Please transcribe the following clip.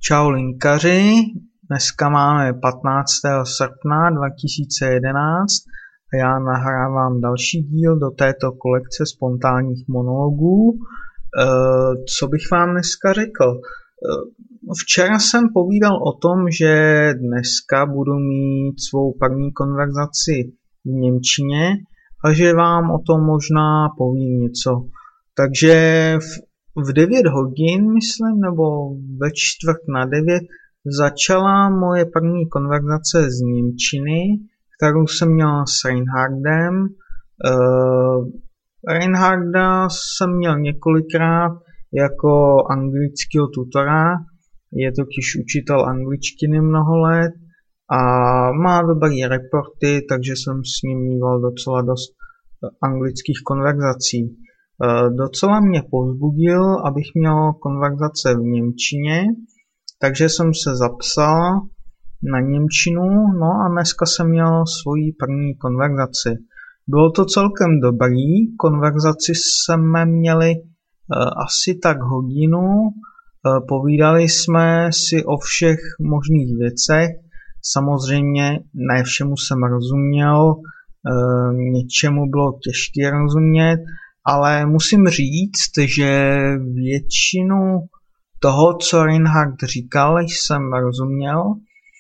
Čau linkaři, dneska máme 15. srpna 2011 a já nahrávám další díl do této kolekce spontánních monologů. Co bych vám dneska řekl? Včera jsem povídal o tom, že dneska budu mít svou první konverzaci v němčině a že vám o tom možná povím něco. Takže v 9 hodin, myslím, nebo ve 8:45 začala moje první konverzace z němčiny, kterou jsem měl s Reinhardem. Reinharda jsem měl několikrát jako anglického tutora, je totiž učitel angličtiny mnoho let a má dobré reporty, takže jsem s ním mýval docela dost anglických konverzací. Docela mě povzbudil, abych měl konverzace v němčině, takže jsem se zapsal na němčinu, no a dneska jsem měl svoji první konverzaci. Bylo to celkem dobrý, konverzaci jsme měli asi tak hodinu, povídali jsme si o všech možných věcech, samozřejmě ne všemu jsem rozuměl, něčemu bylo těžké rozumět, ale musím říct, že většinu toho, co Reinhard říkal, jsem rozuměl